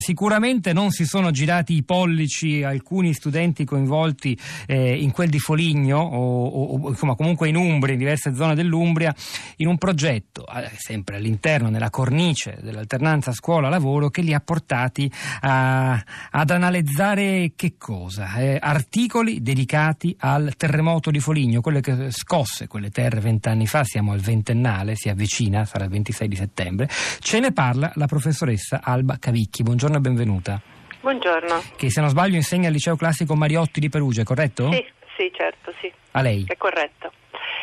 Sicuramente non si sono girati i pollici alcuni studenti coinvolti in quel di Foligno o insomma comunque in Umbria, in diverse zone dell'Umbria, in un progetto sempre all'interno, nella cornice dell'alternanza scuola-lavoro, che li ha portati ad analizzare che cosa? Articoli dedicati al terremoto di Foligno, quello che scosse quelle terre 20 anni fa. Siamo al ventennale, si avvicina, sarà il 26 di settembre. Ce ne parla la professoressa Alba Cavicchi. Buongiorno e benvenuta. Buongiorno. Che, se non sbaglio, insegna al liceo classico Mariotti di Perugia, corretto? Sì, certo, sì. A lei. È corretto.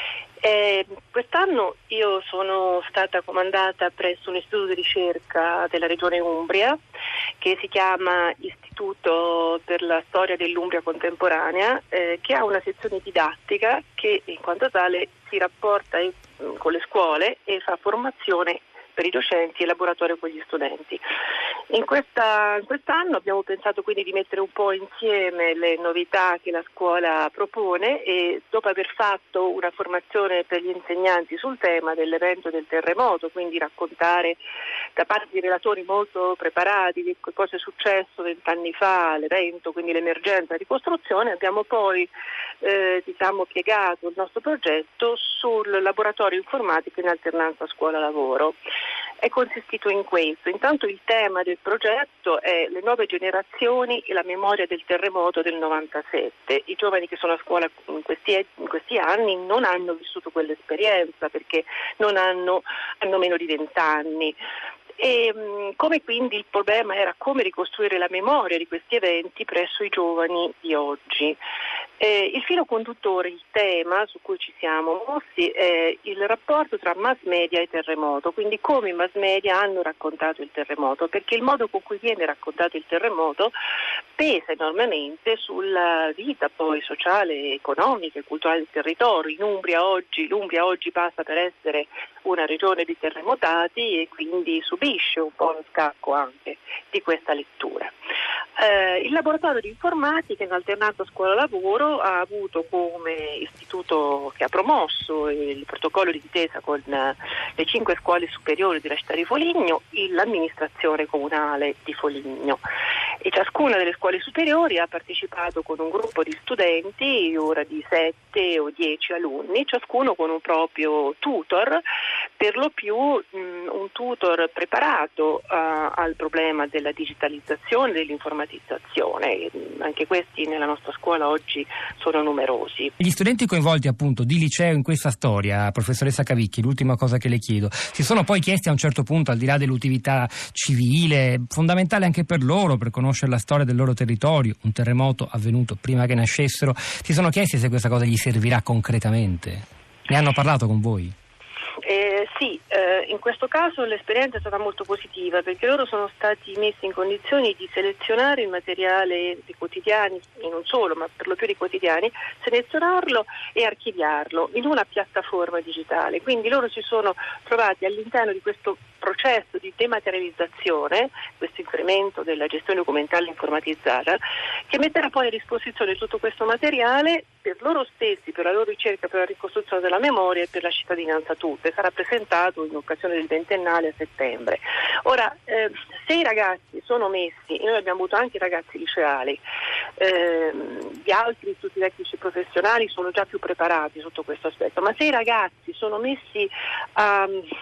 Quest'anno io sono stata comandata presso un istituto di ricerca della regione Umbria che si chiama Istituto per la Storia dell'Umbria Contemporanea, che ha una sezione didattica che in quanto tale si rapporta con le scuole e fa formazione per i docenti e laboratorio con gli studenti. In quest'anno abbiamo pensato quindi di mettere un po' insieme le novità che la scuola propone e, dopo aver fatto una formazione per gli insegnanti sul tema dell'evento del terremoto, quindi raccontare da parte di relatori molto preparati di cosa è successo 20 anni fa, l'evento, quindi l'emergenza di ricostruzione, abbiamo poi piegato il nostro progetto sul laboratorio informatico in alternanza scuola-lavoro. È consistito in questo. Intanto il tema del progetto è le nuove generazioni e la memoria del terremoto del 97. I giovani che sono a scuola in questi anni non hanno vissuto quell'esperienza perché hanno meno di 20 anni. E come quindi il problema era come ricostruire la memoria di questi eventi presso i giovani di oggi. Il filo conduttore, il tema su cui ci siamo mossi è il rapporto tra mass media e terremoto, quindi come i mass media hanno raccontato il terremoto, perché il modo con cui viene raccontato il terremoto pesa enormemente sulla vita poi sociale, economica e culturale del territorio. L'Umbria oggi passa per essere una regione di terremotati e quindi subisce un po' lo scacco anche di questa lettura. Il laboratorio di informatica in alternanza scuola-lavoro ha avuto come istituto che ha promosso il protocollo di intesa con le 5 scuole superiori della città di Foligno l'amministrazione comunale di Foligno. E ciascuna delle scuole superiori ha partecipato con un gruppo di studenti, ora di 7 o 10 alunni, ciascuno con un proprio tutor, per lo più un tutor preparato al problema della digitalizzazione, dell'informatizzazione. Anche questi nella nostra scuola oggi sono numerosi. Gli studenti coinvolti appunto di liceo in questa storia, professoressa Cavicchi, l'ultima cosa che le chiedo, si sono poi chiesti a un certo punto, al di là dell'utilità civile, fondamentale anche per loro, per conoscere la storia del loro territorio, un terremoto avvenuto prima che nascessero, si sono chiesti se questa cosa gli servirà concretamente. Ne hanno parlato con voi? Sì, in questo caso l'esperienza è stata molto positiva perché loro sono stati messi in condizioni di selezionare il materiale di quotidiani, e non solo, ma per lo più di quotidiani, selezionarlo e archiviarlo in una piattaforma digitale. Quindi loro si sono trovati all'interno di questo processo di dematerializzazione, questo incremento della gestione documentale informatizzata, che metterà poi a disposizione tutto questo materiale per loro stessi, per la loro ricerca, per la ricostruzione della memoria e per la cittadinanza tutta. Sarà presentato in occasione del ventennale a settembre. Ora, se i ragazzi sono messi, e noi abbiamo avuto anche ragazzi liceali, gli altri istituti tecnici professionali sono già più preparati sotto questo aspetto, ma se i ragazzi sono messi a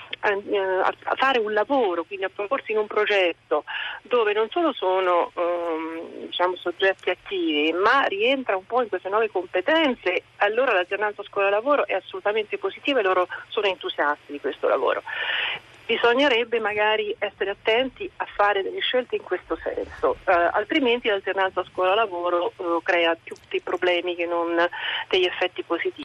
fare un lavoro, quindi a proporsi in un progetto dove non solo sono soggetti attivi, ma rientra un po' in queste nuove competenze, allora l'alternanza scuola-lavoro è assolutamente positiva e loro sono entusiasti di questo lavoro. Bisognerebbe magari essere attenti a fare delle scelte in questo senso, altrimenti l'alternanza scuola-lavoro crea più dei problemi che non degli effetti positivi.